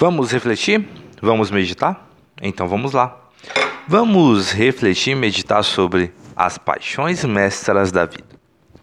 Vamos refletir? Vamos meditar? Então vamos lá. Vamos refletir e meditar sobre as paixões mestras da vida.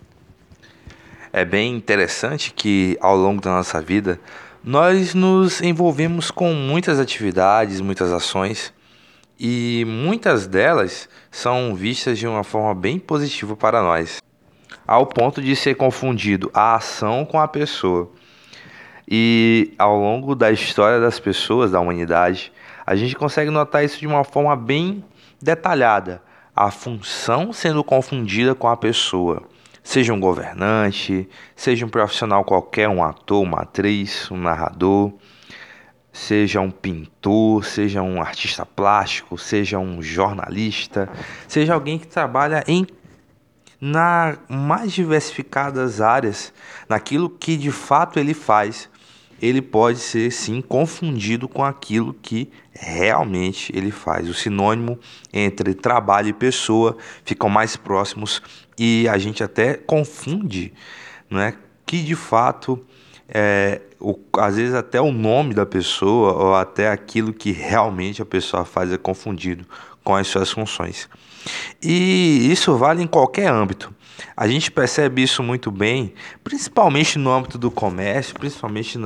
É bem interessante que ao longo da nossa vida nós nos envolvemos com muitas atividades, muitas ações e muitas delas são vistas de uma forma bem positiva para nós, ao ponto de ser confundido a ação com a pessoa. E ao longo da história das pessoas, da humanidade, a gente consegue notar isso de uma forma bem detalhada. A função sendo confundida com a pessoa. Seja um governante, seja um profissional qualquer, um ator, uma atriz, um narrador, seja um pintor, seja um artista plástico, seja um jornalista, seja alguém que trabalha nas mais diversificadas áreas, naquilo que de fato ele faz. Ele pode ser sim confundido com aquilo que realmente ele faz. O sinônimo entre trabalho e pessoa ficam mais próximos e a gente até confunde, não é, que de fato às vezes até o nome da pessoa ou até aquilo que realmente a pessoa faz é confundido com as suas funções. E isso vale em qualquer âmbito. A gente percebe isso muito bem, principalmente no âmbito do comércio, principalmente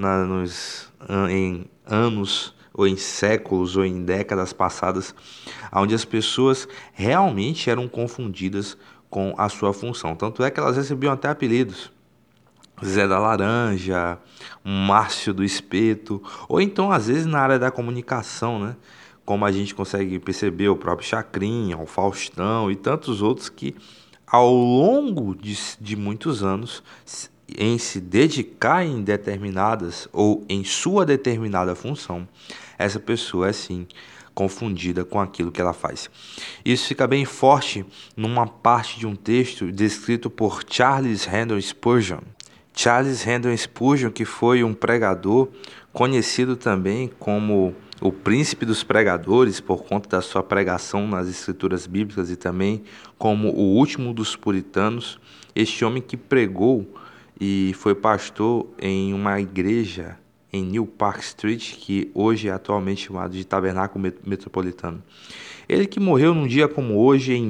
em anos, ou em séculos, ou em décadas passadas, onde as pessoas realmente eram confundidas com a sua função. Tanto é que elas recebiam até apelidos. Zé da Laranja, Márcio do Espeto, ou então às vezes na área da comunicação, né? Como a gente consegue perceber o próprio Chacrinha, o Faustão e tantos outros que ao longo de muitos anos, em se dedicar em determinadas ou em sua determinada função, essa pessoa é sim confundida com aquilo que ela faz. Isso fica bem forte numa parte de um texto descrito por Charles Haddon Spurgeon. Charles Haddon Spurgeon, que foi um pregador conhecido também como o príncipe dos pregadores por conta da sua pregação nas escrituras bíblicas e também como o último dos puritanos. Este homem que pregou e foi pastor em uma igreja em New Park Street, que hoje é atualmente chamado de Tabernáculo Metropolitano. Ele que morreu num dia como hoje em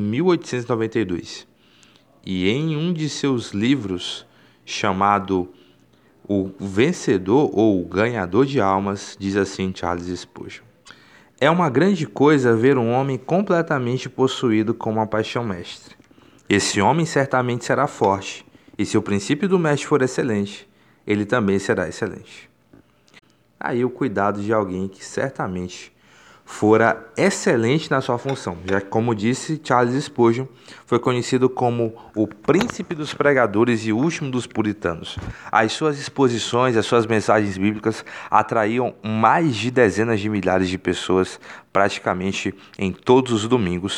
1892. E em um de seus livros chamado O Vencedor ou o Ganhador de Almas, diz assim Charles Spurgeon: é uma grande coisa ver um homem completamente possuído com uma paixão mestre. Esse homem certamente será forte, e se o princípio do mestre for excelente, ele também será excelente. Aí o cuidado de alguém que certamente fora excelente na sua função, já que, como disse Charles Spurgeon, foi conhecido como o príncipe dos pregadores e o último dos puritanos. As suas exposições, as suas mensagens bíblicas atraíam mais de dezenas de milhares de pessoas praticamente em todos os domingos,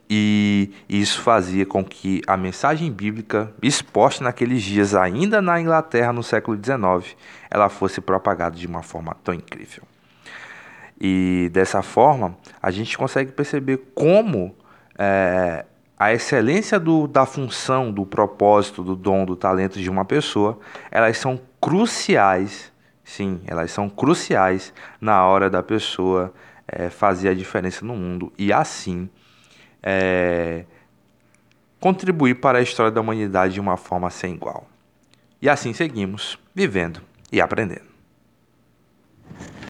e isso fazia com que a mensagem bíblica exposta naqueles dias, ainda na Inglaterra no século XIX, ela fosse propagada de uma forma tão incrível. E dessa forma, a gente consegue perceber como a excelência da função, do propósito, do dom, do talento de uma pessoa, elas são cruciais, sim, elas são cruciais na hora da pessoa fazer a diferença no mundo e assim contribuir para a história da humanidade de uma forma sem igual. E assim seguimos, vivendo e aprendendo.